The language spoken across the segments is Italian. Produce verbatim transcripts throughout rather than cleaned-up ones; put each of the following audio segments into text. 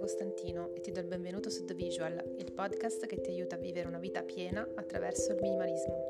Costantino e ti do il benvenuto su The Visual, il podcast che ti aiuta a vivere una vita piena attraverso il minimalismo.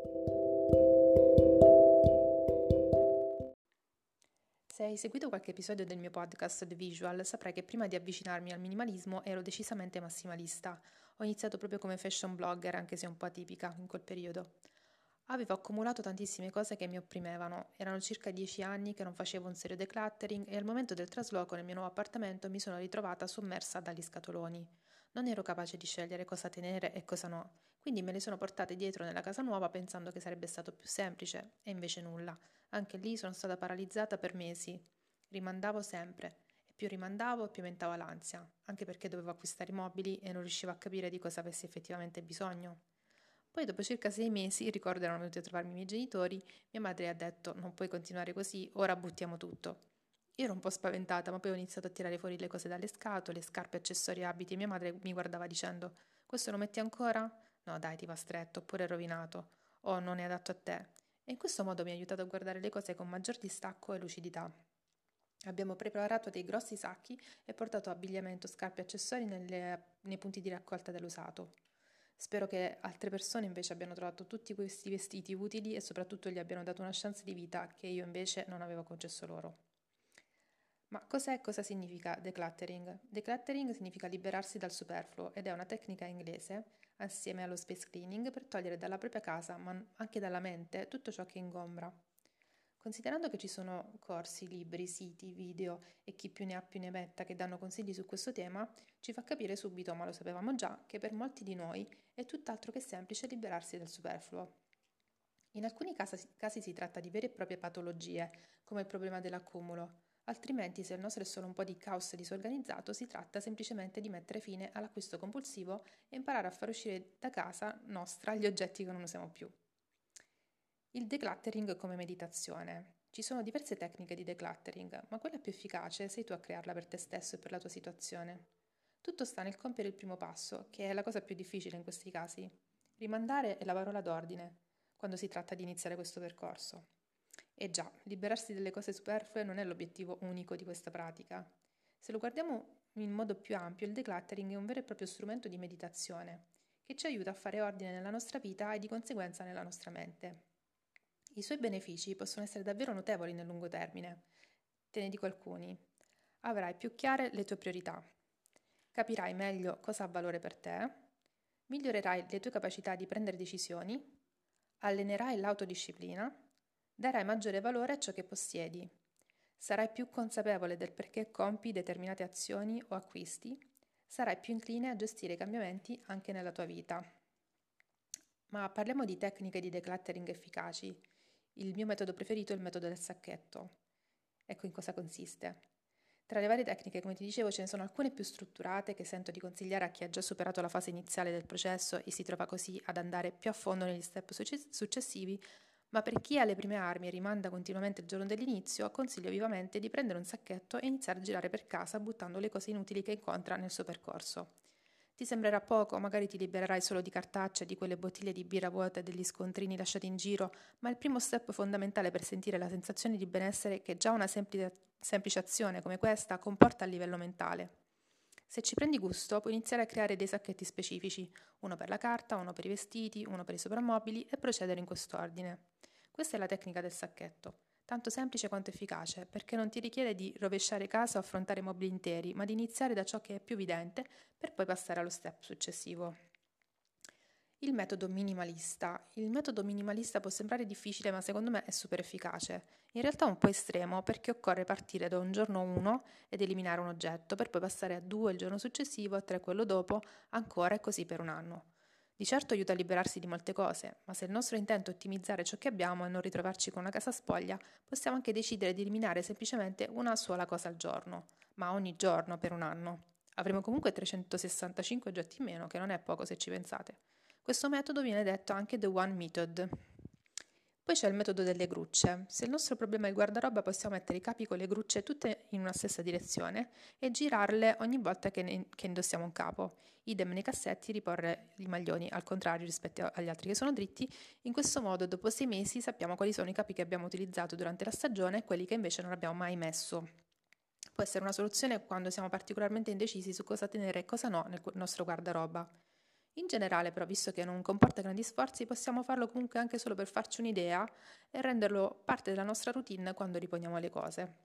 Se hai seguito qualche episodio del mio podcast The Visual, saprai che prima di avvicinarmi al minimalismo ero decisamente massimalista. Ho iniziato proprio come fashion blogger, anche se un po' atipica in quel periodo. Avevo accumulato tantissime cose che mi opprimevano, erano circa dieci anni che non facevo un serio decluttering e al momento del trasloco nel mio nuovo appartamento mi sono ritrovata sommersa dagli scatoloni. Non ero capace di scegliere cosa tenere e cosa no, quindi me le sono portate dietro nella casa nuova pensando che sarebbe stato più semplice, e invece nulla. Anche lì sono stata paralizzata per mesi. Rimandavo sempre, e più rimandavo più aumentava l'ansia, anche perché dovevo acquistare i mobili e non riuscivo a capire di cosa avessi effettivamente bisogno. Poi dopo circa sei mesi, ricordo erano venuti a trovarmi i miei genitori, mia madre ha detto non puoi continuare così, ora buttiamo tutto. Io ero un po' spaventata, ma poi ho iniziato a tirare fuori le cose dalle scatole, scarpe, accessori, abiti e mia madre mi guardava dicendo questo lo metti ancora? No dai, ti va stretto, oppure è rovinato, o non è adatto a te. E in questo modo mi ha aiutato a guardare le cose con maggior distacco e lucidità. Abbiamo preparato dei grossi sacchi e portato abbigliamento, scarpe e accessori nelle, nei punti di raccolta dell'usato. Spero che altre persone invece abbiano trovato tutti questi vestiti utili e soprattutto gli abbiano dato una chance di vita che io invece non avevo concesso loro. Ma cos'è e cosa significa decluttering? Decluttering significa liberarsi dal superfluo ed è una tecnica inglese, assieme allo space cleaning, per togliere dalla propria casa, ma anche dalla mente, tutto ciò che ingombra. Considerando che ci sono corsi, libri, siti, video e chi più ne ha più ne metta che danno consigli su questo tema, ci fa capire subito, ma lo sapevamo già, che per molti di noi è tutt'altro che semplice liberarsi dal superfluo. In alcuni casi, casi si tratta di vere e proprie patologie, come il problema dell'accumulo, altrimenti se il nostro è solo un po' di caos disorganizzato, si tratta semplicemente di mettere fine all'acquisto compulsivo e imparare a far uscire da casa nostra gli oggetti che non usiamo più. Il decluttering come meditazione. Ci sono diverse tecniche di decluttering, ma quella più efficace sei tu a crearla per te stesso e per la tua situazione. Tutto sta nel compiere il primo passo, che è la cosa più difficile in questi casi. Rimandare è la parola d'ordine quando si tratta di iniziare questo percorso. E già, liberarsi delle cose superflue non è l'obiettivo unico di questa pratica. Se lo guardiamo in modo più ampio, il decluttering è un vero e proprio strumento di meditazione, che ci aiuta a fare ordine nella nostra vita e di conseguenza nella nostra mente. I suoi benefici possono essere davvero notevoli nel lungo termine. Te ne dico alcuni. Avrai più chiare le tue priorità. Capirai meglio cosa ha valore per te. Migliorerai le tue capacità di prendere decisioni. Allenerai l'autodisciplina. Darai maggiore valore a ciò che possiedi. Sarai più consapevole del perché compi determinate azioni o acquisti. Sarai più incline a gestire i cambiamenti anche nella tua vita. Ma parliamo di tecniche di decluttering efficaci. Il mio metodo preferito è il metodo del sacchetto. Ecco in cosa consiste. Tra le varie tecniche, come ti dicevo, ce ne sono alcune più strutturate che sento di consigliare a chi ha già superato la fase iniziale del processo e si trova così ad andare più a fondo negli step successivi, ma per chi ha le prime armi e rimanda continuamente il giorno dell'inizio, consiglio vivamente di prendere un sacchetto e iniziare a girare per casa buttando le cose inutili che incontra nel suo percorso. Ti sembrerà poco, magari ti libererai solo di cartacce, di quelle bottiglie di birra vuote e degli scontrini lasciati in giro, ma il primo step fondamentale per sentire la sensazione di benessere che già una semplice, semplice azione come questa comporta a livello mentale. Se ci prendi gusto, puoi iniziare a creare dei sacchetti specifici, uno per la carta, uno per i vestiti, uno per i soprammobili e procedere in quest'ordine. Questa è la tecnica del sacchetto. Tanto semplice quanto efficace, perché non ti richiede di rovesciare casa o affrontare mobili interi, ma di iniziare da ciò che è più evidente per poi passare allo step successivo. Il metodo minimalista. Il metodo minimalista può sembrare difficile, ma secondo me è super efficace. In realtà è un po' estremo perché occorre partire da un giorno uno ed eliminare un oggetto, per poi passare a due il giorno successivo, a tre quello dopo, ancora e così per un anno. Di certo aiuta a liberarsi di molte cose, ma se il nostro intento è ottimizzare ciò che abbiamo e non ritrovarci con una casa spoglia, possiamo anche decidere di eliminare semplicemente una sola cosa al giorno, ma ogni giorno per un anno. Avremo comunque trecentosessantacinque oggetti in meno, che non è poco se ci pensate. Questo metodo viene detto anche The One Method. Poi c'è il metodo delle grucce. Se il nostro problema è il guardaroba, possiamo mettere i capi con le grucce tutte in una stessa direzione e girarle ogni volta che, ne, che indossiamo un capo. Idem nei cassetti, riporre i maglioni al contrario rispetto agli altri che sono dritti. In questo modo, dopo sei mesi, sappiamo quali sono i capi che abbiamo utilizzato durante la stagione e quelli che invece non abbiamo mai messo. Può essere una soluzione quando siamo particolarmente indecisi su cosa tenere e cosa no nel nostro guardaroba. In generale, però, visto che non comporta grandi sforzi, possiamo farlo comunque anche solo per farci un'idea e renderlo parte della nostra routine quando riponiamo le cose.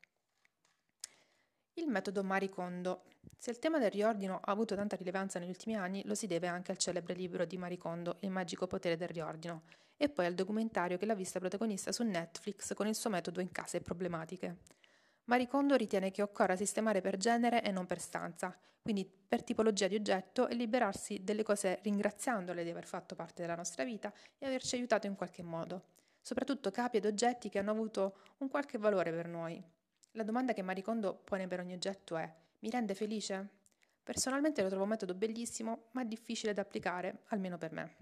Il metodo Marie Kondo. Se il tema del riordino ha avuto tanta rilevanza negli ultimi anni, lo si deve anche al celebre libro di Marie Kondo, Il magico potere del riordino, e poi al documentario che l'ha vista protagonista su Netflix con il suo metodo in case problematiche. Marie Kondo ritiene che occorra sistemare per genere e non per stanza, quindi per tipologia di oggetto, e liberarsi delle cose ringraziandole di aver fatto parte della nostra vita e averci aiutato in qualche modo, soprattutto capi ed oggetti che hanno avuto un qualche valore per noi. La domanda che Marie Kondo pone per ogni oggetto è: mi rende felice? Personalmente lo trovo un metodo bellissimo, ma difficile da applicare, almeno per me.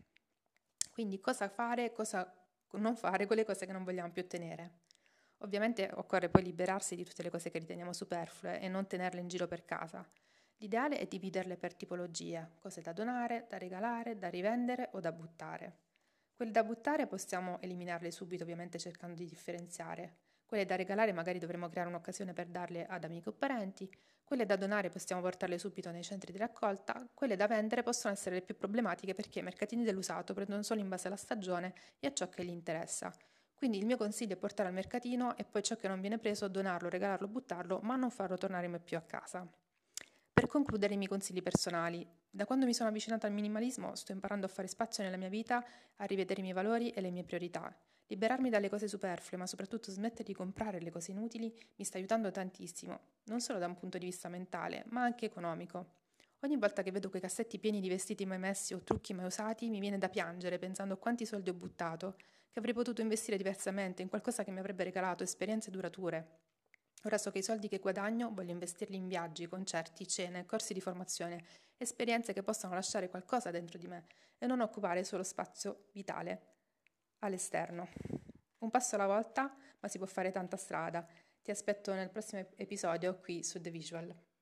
Quindi cosa fare e cosa non fare con le cose che non vogliamo più tenere? Ovviamente occorre poi liberarsi di tutte le cose che riteniamo superflue e non tenerle in giro per casa. L'ideale è dividerle per tipologie, cose da donare, da regalare, da rivendere o da buttare. Quelle da buttare possiamo eliminarle subito, ovviamente cercando di differenziare. Quelle da regalare magari dovremo creare un'occasione per darle ad amici o parenti. Quelle da donare possiamo portarle subito nei centri di raccolta. Quelle da vendere possono essere le più problematiche perché i mercatini dell'usato prendono solo in base alla stagione e a ciò che gli interessa. Quindi il mio consiglio è portare al mercatino e poi ciò che non viene preso donarlo, regalarlo, buttarlo, ma non farlo tornare mai più a casa. Per concludere i miei consigli personali, da quando mi sono avvicinata al minimalismo sto imparando a fare spazio nella mia vita, a rivedere i miei valori e le mie priorità. Liberarmi dalle cose superflue, ma soprattutto smettere di comprare le cose inutili, mi sta aiutando tantissimo, non solo da un punto di vista mentale, ma anche economico. Ogni volta che vedo quei cassetti pieni di vestiti mai messi o trucchi mai usati, mi viene da piangere pensando a quanti soldi ho buttato, che avrei potuto investire diversamente in qualcosa che mi avrebbe regalato esperienze durature. Ora so che i soldi che guadagno voglio investirli in viaggi, concerti, cene, corsi di formazione, esperienze che possano lasciare qualcosa dentro di me e non occupare solo spazio vitale all'esterno. Un passo alla volta, ma si può fare tanta strada. Ti aspetto nel prossimo episodio qui su The Visual.